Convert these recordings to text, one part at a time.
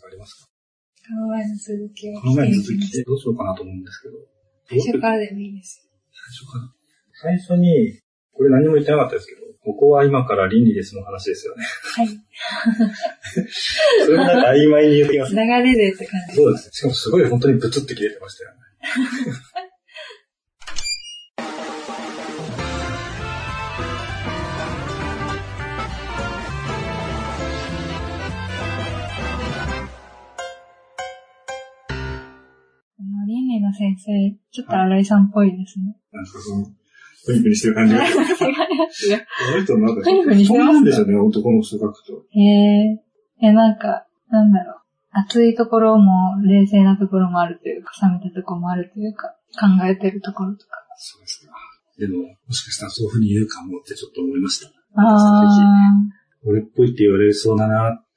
ありますか？ この前の続きを。 この前の続きでどうしようかなと思うんですけど。 最初からでもいいですよ。 最初に、これ何も言ってなかったですけど、ここは今から倫理ですの話ですよね。 はい。 それもなんか曖昧に言ってきます。 流れでって感じ。 そうです。しかもすごい本当にブツって切れてましたよね。 倫理の先生、ちょっと新井さんっぽいですね。 なんかその、プニプニしてる感じが。 違いますよ。 この人なんか、 プニプニしてますか？ そうなんですよね、男の人書くと。 なんか、なんだろう。熱いところも、冷静なところもあるというか、冷めたところもあるというか、考えてるところとか。 そうですか。でも、もしかしたらそういう風に言うかもってちょっと思いました。俺っぽいって言われそうだなって。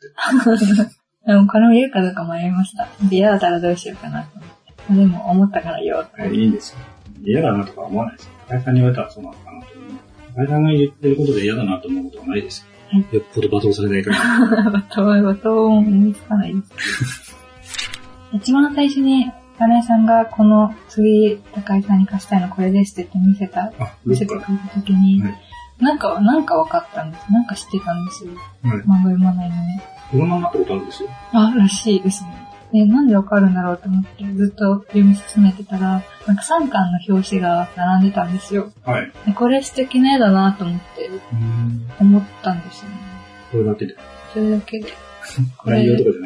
でも、これを言うかどうか迷いました。嫌だったらどうしようかなと思って。でも、思ったから言おうって。 いいんですよ。嫌だなとか思わないですよ。高井さんに言われたらそうなのかなと思う。高井さんが言ってることで嫌だなと思うことはないですよ。はい、よっぽど罵倒されないから。 罵倒も思いつかないです。一番最初に、金井さんがこの次、高井さんに貸したいのこれですって言って見せてくれた時に、はい、なんか分かったんです。なんか知ってたんですよ。はい、漫画読まないのに。 このままってことあるんですよ。 らしいですね。で、なんでわかるんだろうと思ってずっと読み進めてたら、なんか3巻の表紙が並んでたんですよ。はい。でこれ素敵な絵だなと思って、思ったんですよね。 これだけで？ それだけで。 内容とかじゃない？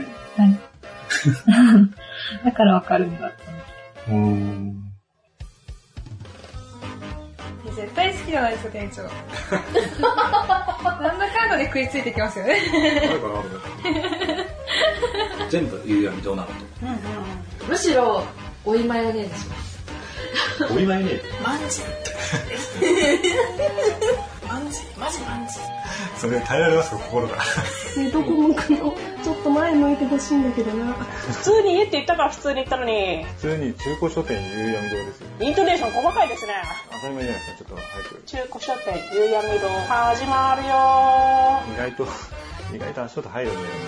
はい。だからわかるんだと思って。 絶対好きじゃないですか、店長。なんだかんだで食いついてきますよね。 全部言うようにどうなると。 むしろ、追いマヨネーズします。 追いマヨネーズ？ マンジ。マジ。 それ耐えられますか、心が。 どこ向くの？ちょっと前向いてほしいんだけどな。 普通に家って言ったから普通に言ったのに。 普通に中古書店夕闇堂ですよ。 イントネーション細かいですね。 当たり前じゃないですか、ちょっと早く。 中古書店夕闇堂始まるよ。 意外と足音入るんだよね。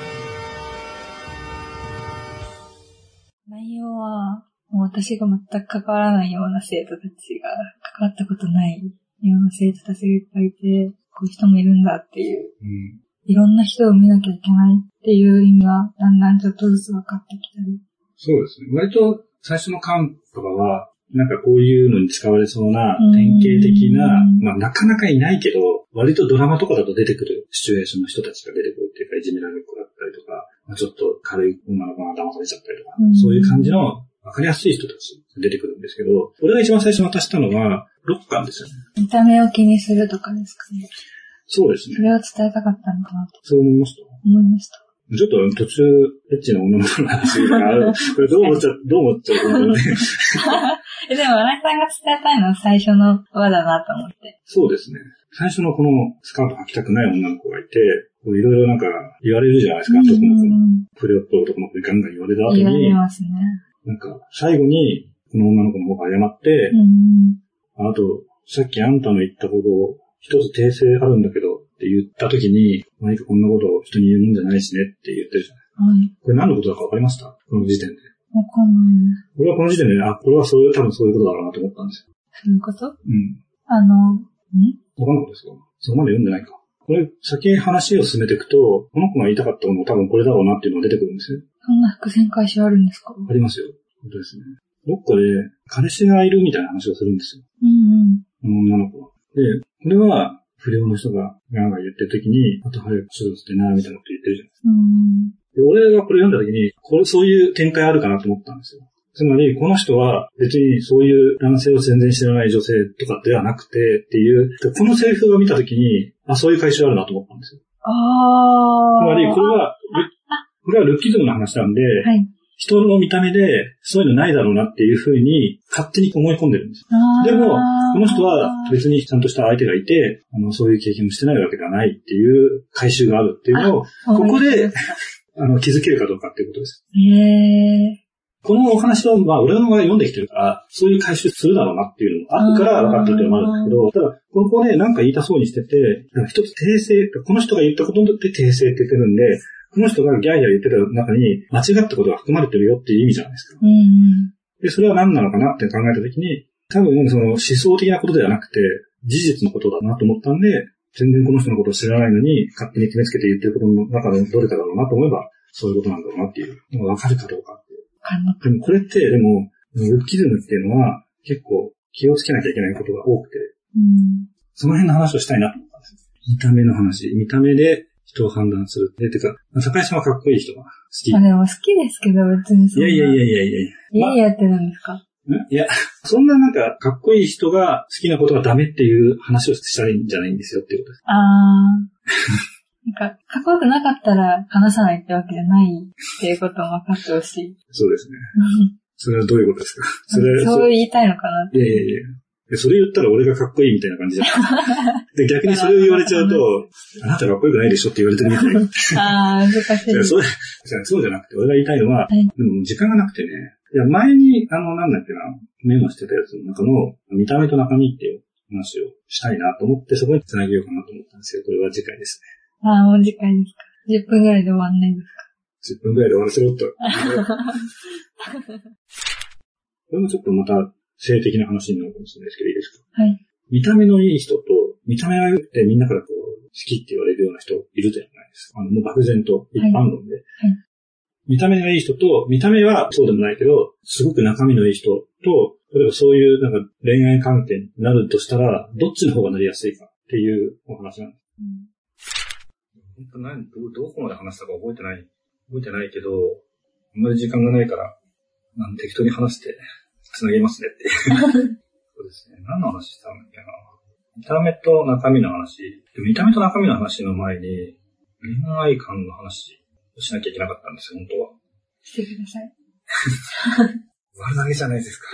内容は、もう私が全く関わらないような生徒たちが、関わったことないような生徒たちがいっぱいいて、こういう人もいるんだっていう、いろんな人を見なきゃいけないっていう意味が、だんだんちょっとずつ分かってきたり。 そうですね。割と最初の巻とかは、なんかこういうのに使われそうな典型的な、まあなかなかいないけど、割とドラマとかだと出てくるシチュエーションの人たちが出てくるっていうか、いじめられる子だったりとか、まあ、ちょっと軽い女の子が騙されちゃったりとか、そういう感じのわかりやすい人たちが出てくるんですけど、俺が一番最初に渡したのは6巻ですよね。 見た目を気にするとかですかね。 そうですね。 それを伝えたかったのかなと。 そう思いました。 思いました。 ちょっと途中、エッチな女の子の話がある。これどう思っちゃうと思って。 でも、新井さんが伝えたいのは最初の輪だなと思って。 そうですね。最初のこのスカート履きたくない女の子がいて、いろいろなんか言われるじゃないですか。男の子に。不良っぽい男の子にガンガン言われた後に。 言われますね。 なんか、最後に、この女の子の方が謝って、あと、さっきあんたの言ったことを、一つ訂正あるんだけどって言った時に、何かこんなことを人に言うもんじゃないしねって言ってるじゃない。はい。これ何のことだかわかりました？この時点で。 わかんない。 俺はこの時点で、これは多分そういうことだろうなと思ったんですよ。 そういうこと？ わかんないことですか？そこまで読んでないか。これ、先話を進めていくと、この子が言いたかったもの多分これだろうなっていうのが出てくるんですよ。 そんな伏線回収あるんですか？ ありますよ。本当ですね。どっかで、彼氏がいるみたいな話をするんですよ。この女の子は。で、これは、不良の人がガンガン言ってる時に、あと早く手術してな、みたいなこと言ってるじゃないですか。で、俺がこれ読んだ時に、そういう展開あるかなと思ったんですよ。つまり、この人は別にそういう男性を全然知らない女性とかではなくてっていう、このセリフを見た時に、そういう回収あるなと思ったんですよ。つまり、これはルッキズムの話なんで、はい、人の見た目でそういうのないだろうなっていうふうに勝手に思い込んでるんです。でも、この人は別にちゃんとした相手がいて、そういう経験をしてないわけではないっていう回収があるっていうのを、ここで気づけるかどうかっていうことです。このお話は、俺の方が読んできてるから、そういう回収するだろうなっていうのがあるから分かってるっていうのもあるんですけど、ただ、ここでなんか言いたそうにしてて、一つ訂正、この人が言ったことによって訂正って言ってるんで、 この人がギャーギャー言ってた中に間違ったことが含まれてるよっていう意味じゃないですか。で、それは何なのかなって考えたときに、多分その思想的なことではなくて、事実のことだなと思ったんで、全然この人のことを知らないのに、勝手に決めつけて言ってることの中のどれかだろうなと思えば、そういうことなんだろうなっていうのがわかるかどうかっていう。でもこれって、でも、ルッキズムっていうのは、結構気をつけなきゃいけないことが多くて、その辺の話をしたいなと思ったんです。見た目の話。見た目で人を判断するって。てか、坂井さんはかっこいい人が好き。 でも好きですけど、別にそんな。 いやってなんですか？ いや、そんななんか、かっこいい人が好きなことがダメっていう話をしたらいいんじゃないんですよっていうことです。 なんか、かっこよくなかったら話さないってわけじゃないっていうことも分かってほしい。 そうですね。それはどういうことですか？ そう言いたいのかなって。 いや、それ言ったら俺がかっこいいみたいな感じじゃん。で、逆にそれを言われちゃうと、あなたかっこよくないでしょって言われてるみたいな。 難しい。 そうじゃなくて、俺が言いたいのは、でも時間がなくてね、いや、前に、なんだっけな、メモしてたやつの中の、見た目と中身っていう話をしたいなと思って、そこに繋げようかなと思ったんですけど、これは次回ですね。 もう次回ですか。10分ぐらいで終わんないですか。 10分ぐらいで終わらせろと。これもちょっとまた性的な話になるかもしれないですけど、いいですか？はい。見た目のいい人と、見た目が良くてみんなからこう、好きって言われるような人いるじゃないですか。もう漠然と一般論で。はい。見た目がいい人と、見た目はそうでもないけど、すごく中身のいい人と、例えばそういうなんか恋愛関係になるとしたら、どっちの方がなりやすいかっていうお話なんです。本当どこまで話したか覚えてないけど、あんまり時間がないから、適当に話して、繋げますねって。そうですね。何の話したんだっけな。見た目と中身の話。見た目と中身の話の前に、恋愛観の話をしなきゃいけなかったんですよ、本当は。 してください。 悪投げじゃないですか。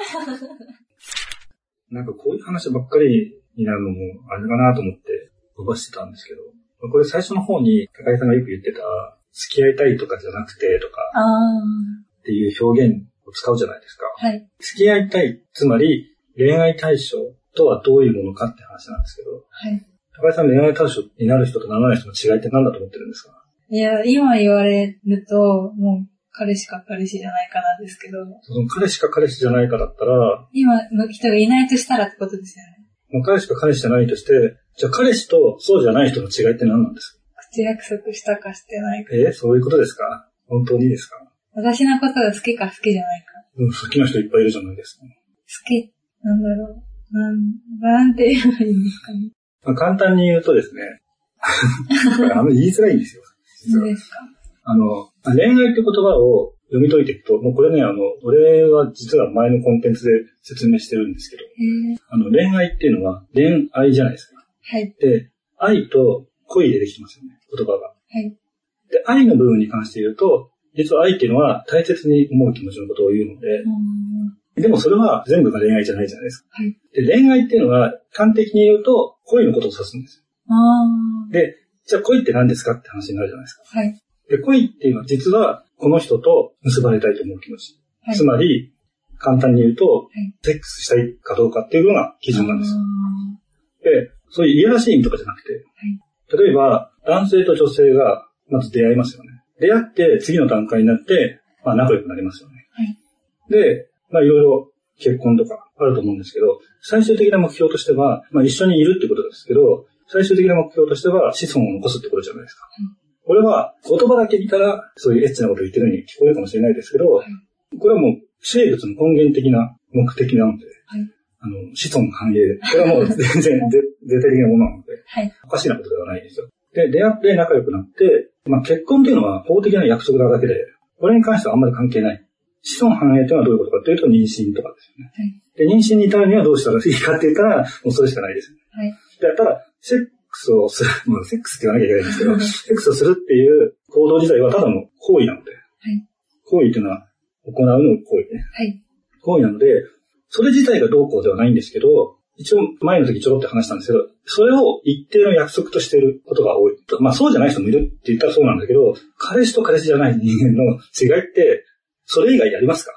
なんかこういう話ばっかりになるのもあれかなと思って飛ばしてたんですけど、これ最初の方に高井さんがよく言ってた、付き合いたいとかじゃなくてとか、っていう表現を使うじゃないですか。はい。付き合いたい、つまり恋愛対象とはどういうものかって話なんですけど、はい。高井さん恋愛対象になる人とならない人の違いって何だと思ってるんですか？ いや、今言われると、もう彼氏か彼氏じゃないかなんですけど。 その彼氏か彼氏じゃないかだったら、 今の人がいないとしたらってことですよね。 もう彼氏か彼氏じゃないとして、じゃあ彼氏とそうじゃない人の違いって何なんですか？ 口約束したかしてないか。 そういうことですか？本当にですか？ 私のことが好きか好きじゃないか。 好きな人いっぱいいるじゃないですか。 好き、なんだろう。なんて言えばいいんですかね。 簡単に言うとですね、あんまり言いづらいんですよ。 そうですか。 恋愛って言葉を読み解いていくと、もうこれね、俺は実は前のコンテンツで説明してるんですけど、恋愛っていうのは恋愛じゃないですか。はい。で、愛と恋でできてますよね、言葉が。はい。で、愛の部分に関して言うと、実は愛っていうのは大切に思う気持ちのことを言うので、でもそれは全部が恋愛じゃないじゃないですか。はい。で、恋愛っていうのは端的に言うと恋のことを指すんですよ。で、じゃあ恋って何ですかって話になるじゃないですか。はい。で、恋っていうのは実はこの人と結ばれたいと思う気持ち。はい、つまり、簡単に言うと、はい、セックスしたいかどうかっていうのが基準なんですよ。で、そういういやらしい意味とかじゃなくて、はい、例えば男性と女性がまず出会いますよね。出会って次の段階になって、仲良くなりますよね。はい、で、いろいろ結婚とかあると思うんですけど、最終的な目標としては、一緒にいるってことですけど、最終的な目標としては子孫を残すってことじゃないですか。これは言葉だけ見たらそういうエッチなことを言ってるように聞こえるかもしれないですけど、これはもう生物の根源的な目的なので、子孫繁栄。これはもう全然絶対的なものなので、おかしなことではないですよ。で、出会って仲良くなって、結婚っていうのは法的な約束なだけで、これに関してはあんまり関係ない。子孫繁栄というのはどういうことかというと妊娠とかですよね。で、妊娠に至るにはどうしたらいいかって言ったら、もうそれしかないですよね。で、ただ、セックスをする、セックスって言わなきゃいけないんですけど、セックスをするっていう行動自体はただの行為なので、行為っていうのは行うの行為ね。行為なので、それ自体がどうこうではないんですけど、一応前の時ちょろって話したんですけど、それを一定の約束としていることが多い。そうじゃない人もいるって言ったらそうなんだけど、彼氏と彼氏じゃない人間の違いって、それ以外やりますか？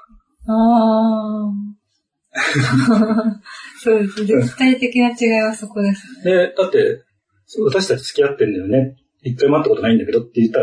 そうです。絶対的な違いはそこですね。 で、だって、私たち付き合ってんだよね。一回も会ったことないんだけどって言ったら、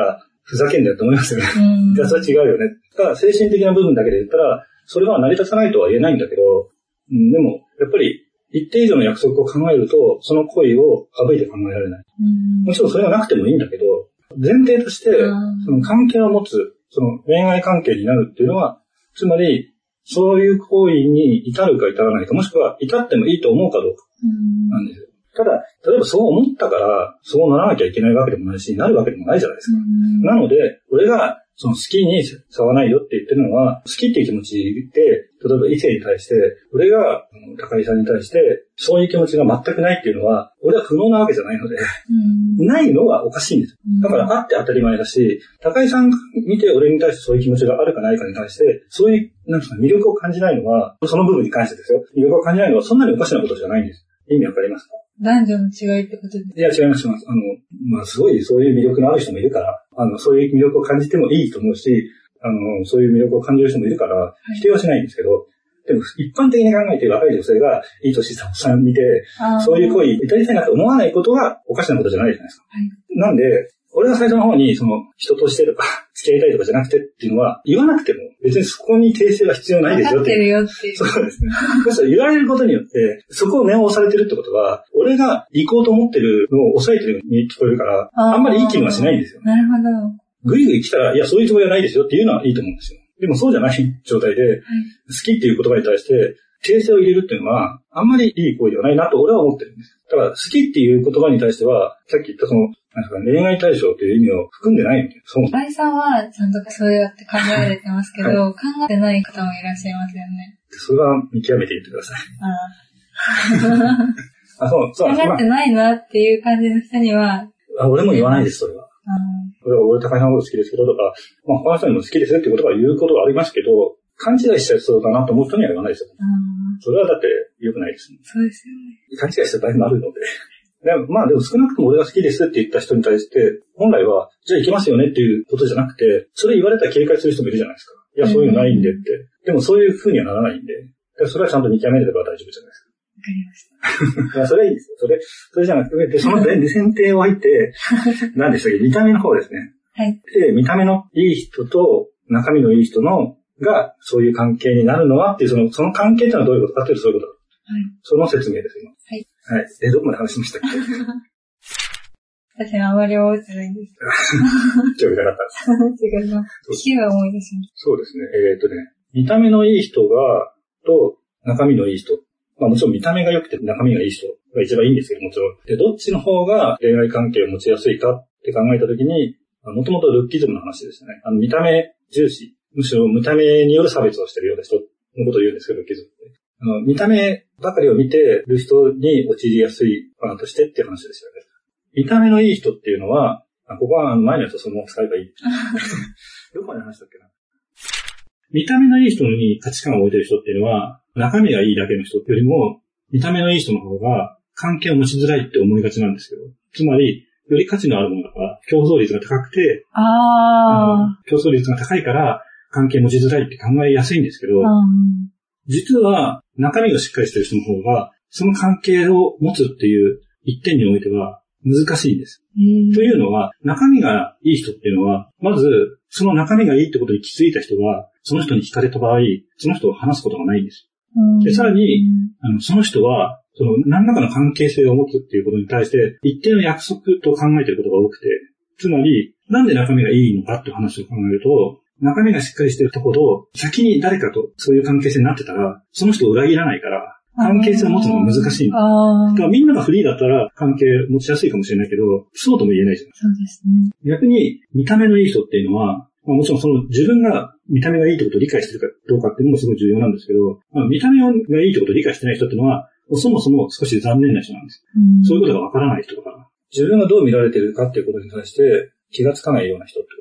ふざけんだよと思いますよね。いや、それは違うよね。ただ、精神的な部分だけで言ったら、それは成り立たないとは言えないんだけど、でも、やっぱり、一定以上の約束を考えると、その行為を省いて考えられない。もちろんそれがなくてもいいんだけど、前提として、その関係を持つ、その恋愛関係になるっていうのは、つまり、そういう行為に至るか至らないか、もしくは至ってもいいと思うかどうかなんですよ。ただ、例えばそう思ったから、そうならなきゃいけないわけでもないし、なるわけでもないじゃないですか。なので、俺が、その好きに差はないよって言ってるのは、好きっていう気持ちで、例えば異性に対して、俺が高井さんに対して、そういう気持ちが全くないっていうのは、俺は不能なわけじゃないので、ないのはおかしいんですよ。だからあって当たり前だし、高井さんが見て俺に対してそういう気持ちがあるかないかに対して、そういう、なんですか、魅力を感じないのは、その部分に関してですよ。魅力を感じないのはそんなにおかしなことじゃないんです。意味わかりますか？ 男女の違いってことですか？ いや、違います。すごいそういう魅力のある人もいるから、そういう魅力を感じてもいいと思うし、そういう魅力を感じる人もいるから、否定はしないんですけど、でも一般的に考えて若い女性がいい年さん見て、そういう行為至りたいなと思わないことはおかしなことじゃないじゃないですか。なんで、俺が最初の方に、人としてとか、付き合いたいとかじゃなくてっていうのは、言わなくても、別にそこに訂正は必要ないですよって。 分かってるよっていう。 そうですね。そしたら言われることによって、そこを念を押されてるってことは、俺が行こうと思ってるのを抑えてるように聞こえるから、あんまりいい気分はしないんですよ。 なるほど。 ぐいぐい来たら、いや、そういうつもりはないですよっていうのはいいと思うんですよ。でもそうじゃない状態で、好きっていう言葉に対して、訂正を入れるっていうのは、あんまりいい行為ではないなと俺は思ってるんです。だから、好きっていう言葉に対しては、さっき言った恋愛対象という意味を含んでないんですよ。 高井さんはちゃんとそうやって考えられてますけど、考えてない方もいらっしゃいますよね。 それは見極めて言ってください。そう。 考えてないなっていう感じの人には。 俺も言わないです、それは。俺、高井さんのこと好きですけどとか、他の人にも好きですよっていうことは言うことがありますけど、勘違いしちゃいそうだなと思う人には言わないですよ。それはだって良くないですね。 そうですよね。 勘違いした場合もあるので。でも少なくとも俺が好きですって言った人に対して、本来は、じゃあ行きますよねっていうことじゃなくて、それ言われたら警戒する人もいるじゃないですか。いや、そういうのないんでって。でもそういう風にはならないんで、それはちゃんと見極めれば大丈夫じゃないですか。 わかりました。 いや、それはいいですよ。それじゃなくて、その前提を置いて、何でしたっけ、見た目の方ですね。 はい。 で、見た目のいい人と中身のいい人がそういう関係になるのはっていう、その関係ってのはどういうことかっていうとそういうことだ。はい。その説明です、今。はい。はい。どこまで話しましたっけ？ 私はあまり覚えてないんです。 興味なかったです。違います。聞けば思い出します。 そうですね。見た目のいい人と中身のいい人。もちろん見た目が良くて中身がいい人が一番いいんですけど、もちろん。で、どっちの方が恋愛関係を持ちやすいかって考えたときに、もともとルッキズムの話でしたね。見た目重視。むしろ見た目による差別をしているような人のことを言うんですけど、ルッキズムって。見た目ばかりを見てる人に陥りやすい場としてっていう話ですよね。見た目のいい人っていうのは、ここは前のやつをそのまま使えばいい。どこまで話したっけな。見た目のいい人に価値観を置いてる人っていうのは、中身がいいだけの人よりも、見た目のいい人の方が関係を持ちづらいって思いがちなんですけど、つまり、より価値のあるものだから、競争率が高くて、競争率が高いから関係持ちづらいって考えやすいんですけど、実は中身がしっかりしてる人の方が、その関係を持つっていう一点においては難しいんです。というのは、中身がいい人っていうのは、まず、その中身がいいってことに気づいた人が、その人に惹かれた場合、その人を話すことがないんです。で、さらに、その人は、何らかの関係性を持つっていうことに対して、一定の約束と考えていることが多くて、つまり、なんで中身がいいのかっていう話を考えると、中身がしっかりしているところ、先に誰かとそういう関係性になってたら、その人を裏切らないから、関係性を持つのが難しいんだ。だからみんながフリーだったら関係持ちやすいかもしれないけど、そうとも言えないじゃない。 そうですね。 逆に、見た目のいい人っていうのは、もちろん自分が見た目がいいってことを理解してるかどうかっていうのもすごい重要なんですけど、見た目がいいってことを理解してない人っていうのは、そもそも少し残念な人なんです。そういうことがわからない人だから。自分がどう見られているかっていうことに対して気がつかないような人って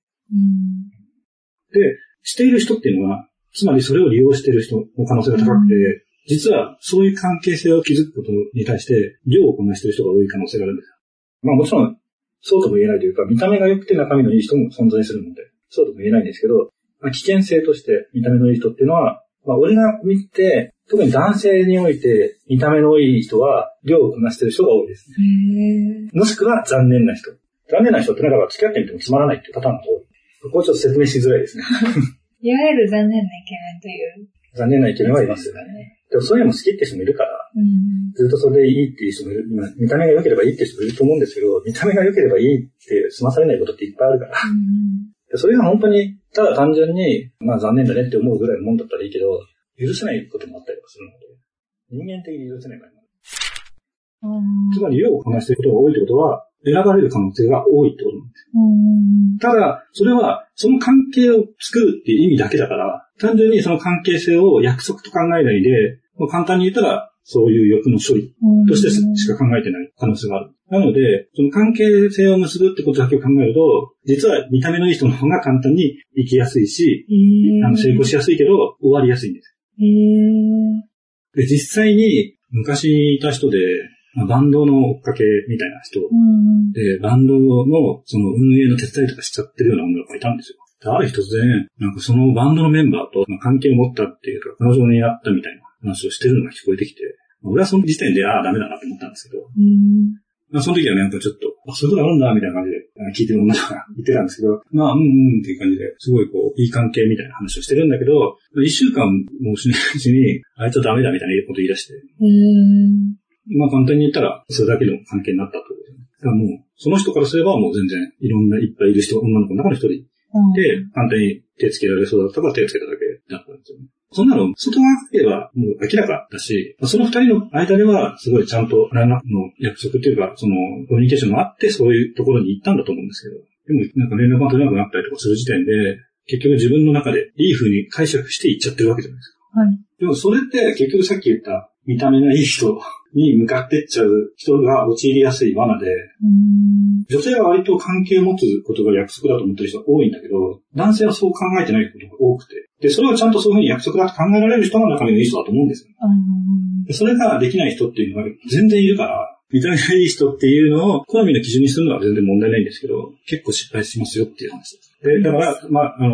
ことですね。で、している人っていうのは、つまりそれを利用している人の可能性が高くて、実はそういう関係性を築くことに対して量をこなしている人が多い可能性があるんですよ。もちろん、そうとも言えないというか、見た目が良くて中身のいい人も存在するので、そうとも言えないんですけど、危険性として見た目のいい人っていうのは、俺が見て、特に男性において見た目のいい人は量をこなしている人が多いですね。もしくは残念な人。 残念な人ってね、だから付き合ってみてもつまらないっていうパターンが多い。ここはちょっと説明しづらいですね。 いわゆる残念なイケメンという。 残念なイケメンはいますよね。でもそういうのも好きって人もいるから、ずっとそれでいいっていう人もいる。見た目が良ければいいっていう人もいると思うんですけど、見た目が良ければいいって済まされないことっていっぱいあるから。それが本当に、ただ単純に、まあ残念だねって思うぐらいのもんだったらいいけど、許せないこともあったりとかするので、人間的に許せない場合もある。つまり、量をこなしていることが多いってことは、選ばれる可能性が多いってことなんですよ。ただ、それは、その関係を作るっていう意味だけだから、単純にその関係性を約束と考えないで、簡単に言ったら、そういう欲の処理としてしか考えてない可能性がある。なので、その関係性を結ぶってことだけを考えると、実は見た目のいい人の方が簡単に生きやすいし、成功しやすいけど、終わりやすいんです。で、実際に昔いた人で、バンドの追っかけみたいな人で、バンドのその運営の手伝いとかしちゃってるような女の子がいたんですよ。ある日突然、なんかそのバンドのメンバーと関係を持ったっていうか、彼女になったみたいな話をしてるのが聞こえてきて、俺はその時点で、ダメだなと思ったんですけど、その時はね、なんかちょっと、そういうことあるんだ、みたいな感じで、聞いてる女の子が言ってたんですけど、っていう感じで、すごいいい関係みたいな話をしてるんだけど、一週間もしないうちに、あいつはダメだみたいなこと言い出して、簡単に言ったら、それだけの関係になったってことですね。だからもう、その人からすればもう全然、いろんないっぱいいる人、女の子の中の一人で、簡単に手つけられそうだったから手つけただけだったんですよね。そんなの、外側ではもう明らかだし、その二人の間では、すごいちゃんと何らかの約束っていうか、その、コミュニケーションがあって、そういうところに行ったんだと思うんですけど、でも、なんか連絡が取れなくなったりとかする時点で、結局自分の中でいい風に解釈していっちゃってるわけじゃないですか。はい。でもそれって結局さっき言った見た目がいい人に向かってっちゃう人が陥りやすい罠で、女性は割と関係を持つことが約束だと思ってる人が多いんだけど、男性はそう考えてないことが多くて、で、それをちゃんとそういうふうに約束だと考えられる人が中身のいい人だと思うんですよ。でそれができない人っていうのが全然いるから、見た目がいい人っていうのを好みの基準にするのは全然問題ないんですけど、結構失敗しますよっていう話です。で、だから、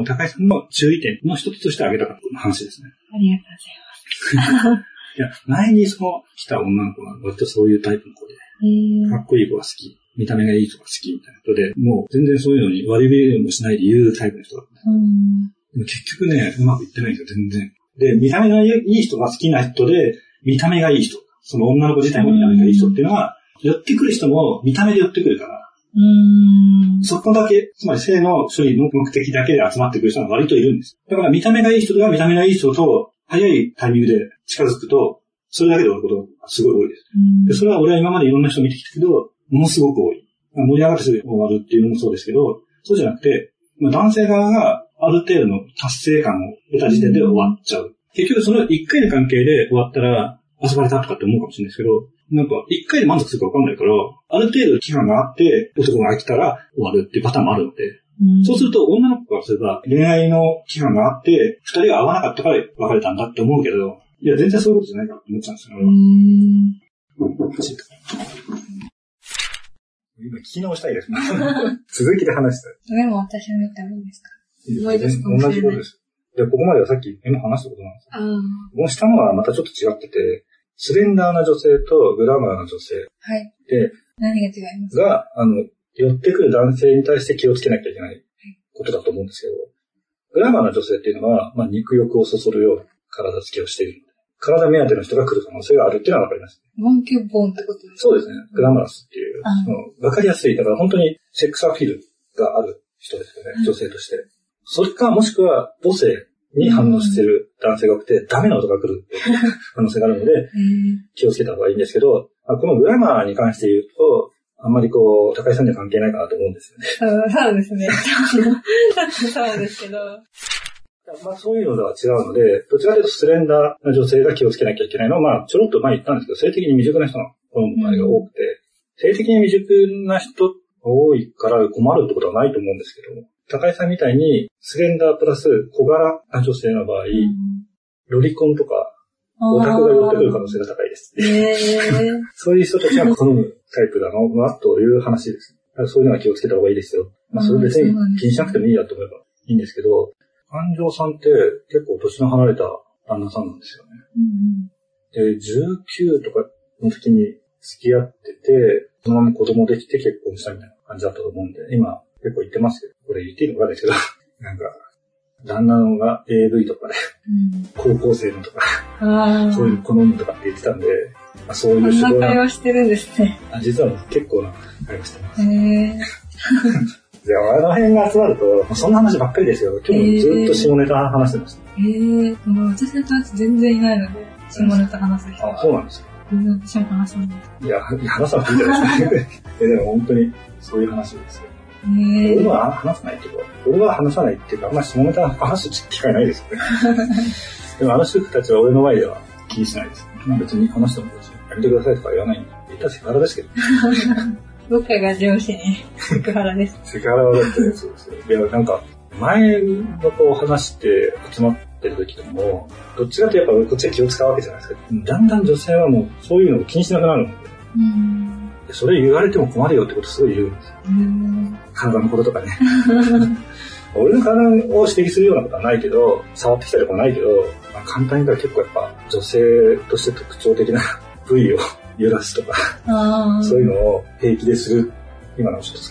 高井さんの注意点の一つとして挙げたかった話ですね。 ありがとうございます。 いや、前に来た女の子が割とそういうタイプの子で、かっこいい子が好き、見た目がいい人が好きみたいな人で、もう全然そういうのに割り振りもしないで言うタイプの人だった。でも結局ね、うまくいってないんですよ、全然。で、見た目がいい人が好きな人で、見た目がいい人、その女の子自体も見た目がいい人っていうのは、寄ってくる人も見た目で寄ってくるから、そこだけ、つまり性の処理の目的だけで集まってくる人が割といるんです。だから見た目がいい人が見た目がいい人と早いタイミングで近づくと、それだけで終わることがすごい多いです。で、それは俺は今までいろんな人を見てきたけど、ものすごく多い。盛り上がってすぐ終わるっていうのもそうですけど、そうじゃなくて、男性側がある程度の達成感を得た時点で終わっちゃう。結局その一回の関係で終わったら遊ばれたとかって思うかもしれないですけど、なんか一回で満足するか分かんないから、ある程度期間があって男が飽きたら終わるっていうパターンもあるので、そうすると女の子からすれば恋愛の期間があって二人が合わなかったから別れたんだって思うけど、いや全然そういうことじゃないかって思っちゃうんですよね。今機能したいですね。続きで話したい。 でも私の見たらいいんですか？ 思い出すかもしれない。同じことです。で、ここまではさっき話したことなんですよ。この下のはまたちょっと違ってて、スレンダーな女性とグラマーな女性。 はい。 で、 何が違いますか？ が、寄ってくる男性に対して気をつけなきゃいけないことだと思うんですけど、グラマーな女性っていうのは、肉欲をそそるような体つきをしているので、体目当ての人が来る可能性があるっていうのはわかります。 ボンキュッボンってことですか？ そうですね。グラマラスっていう、わかりやすい。だから本当にセックスアピールがある人ですよね、女性として。それか、もしくは母性に反応している男性が多くて、ダメな男が来るっていう可能性があるので、気をつけた方がいいんですけど、このグラマーに関して言うと、あんまり高井さんには関係ないかなと思うんですよね。 そうですね。そうですけど。 そういうのとは違うので、どちらかというとスレンダーな女性が気をつけなきゃいけないのは、ちょろっと前言ったんですけど、性的に未熟な人の好む場合が多くて、性的に未熟な人が多いから困るってことはないと思うんですけど、高井さんみたいにスレンダープラス小柄な女性の場合、ロリコンとかオタクが寄ってくる可能性が高いです。そういう人たちが好むタイプだなという話です。そういうのは気をつけた方がいいですよ。それ別に気にしなくてもいいやと思えばいいんですけど、安城さんって結構年の離れた旦那さんなんですよね。で、19とかの時に付き合ってて、そのまま子供できて結婚したみたいな感じだったと思うんで、今結構言ってますけど、これ言っていいのかわかんないですけど、なんか、旦那のが AV とかで、高校生のとか、そういうの好むとかって言ってたんで、そういうそんな会話してるんですね。 実は結構な会話してます。で、あの辺が集まると、そんな話ばっかりですよ。今日もずっと下ネタ話してました。 私の友達全然いないので、下ネタ話す人は。 そうなんですか。 私も話さない。 いや、話さなくていいじゃないですか。でも本当にそういう話ですよ。俺は話さないっていうか、俺は話さないっていうか、あんまり下ネタ話す機会ないですよね。でも主婦たちは俺の前では気にしないです。別に話しても別にやめてくださいとか言わないんで。言ったらセクハラですけど。 僕が上司にセクハラです。 セクハラはだって、そうですよ。いや、なんか、前のこう話して集まってる時でも、どっちかというとやっぱこっちは気を使うわけじゃないですか。だんだん女性はもうそういうのを気にしなくなるので。それ言われても困るよってことすごい言うんですよ。体のこととかね。俺の体を指摘するようなことはないけど、触ってきたりとかないけど、簡単に言ったら結構やっぱ女性として特徴的な部位を揺らすとか、そういうのを平気でする。今のちょっと使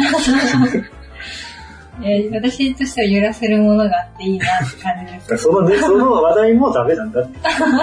えない。 私としては揺らせるものがあっていいなって感じです。 その話題もダメなんだって。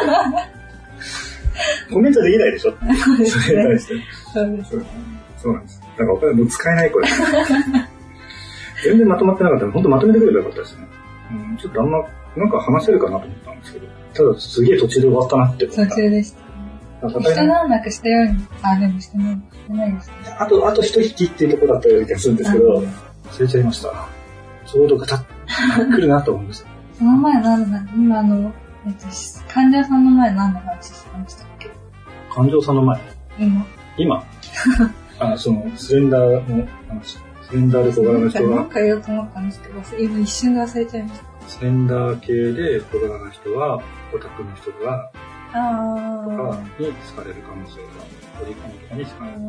コメントできないでしょ。それに対して。 そうです。 そうなんです。なんかもう使えないこれ。全然まとまってなかったら、本当まとめてくればよかったですね。ちょっとあんま、なんか話せるかなと思ったんですけど、ただすげえ途中で終わったなって思った。 途中でした。一段落したように、でもしてないですね。 あと一引きっていうところだったような気がするんですけど、忘れちゃいました。ちょうど来るなと思いました。 その前今患者さんの前何の話してましたっけ？ 患者さんの前？今そのスレンダーの話。スレンダーで小柄な人が。 なんか言おうと思ったんですけど、今一瞬で忘れちゃいました。 スレンダー系で小柄な人は、オタクの人が、とかに好かれる可能性が、オリコンとかに好かれる。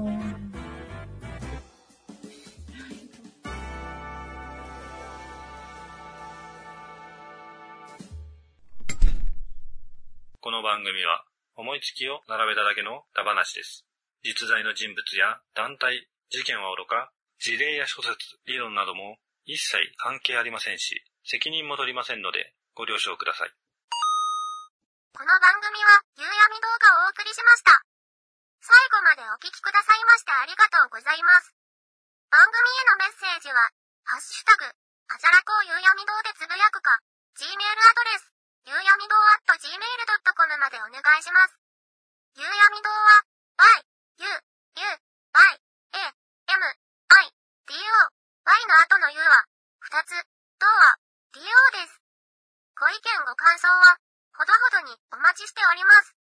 この番組は思いつきを並べただけのダ話です。実在の人物や団体、事件はおろか、事例や諸説、理論なども一切関係ありませんし、責任も取りませんのでご了承ください。 この番組は夕闇動画をお送りしました。最後までお聞きくださいましてありがとうございます。番組へのメッセージは、ハッシュタグ、あざらこう夕闇堂でつぶやくか、Gmail アドレス、ゆうやみどう@gmail.com までお願いします。ゆうやみどうは、y, u, u, y, a, m, i, d, o, y の後の u は、2つ、どうは、do です。ご意見ご感想は、ほどほどにお待ちしております。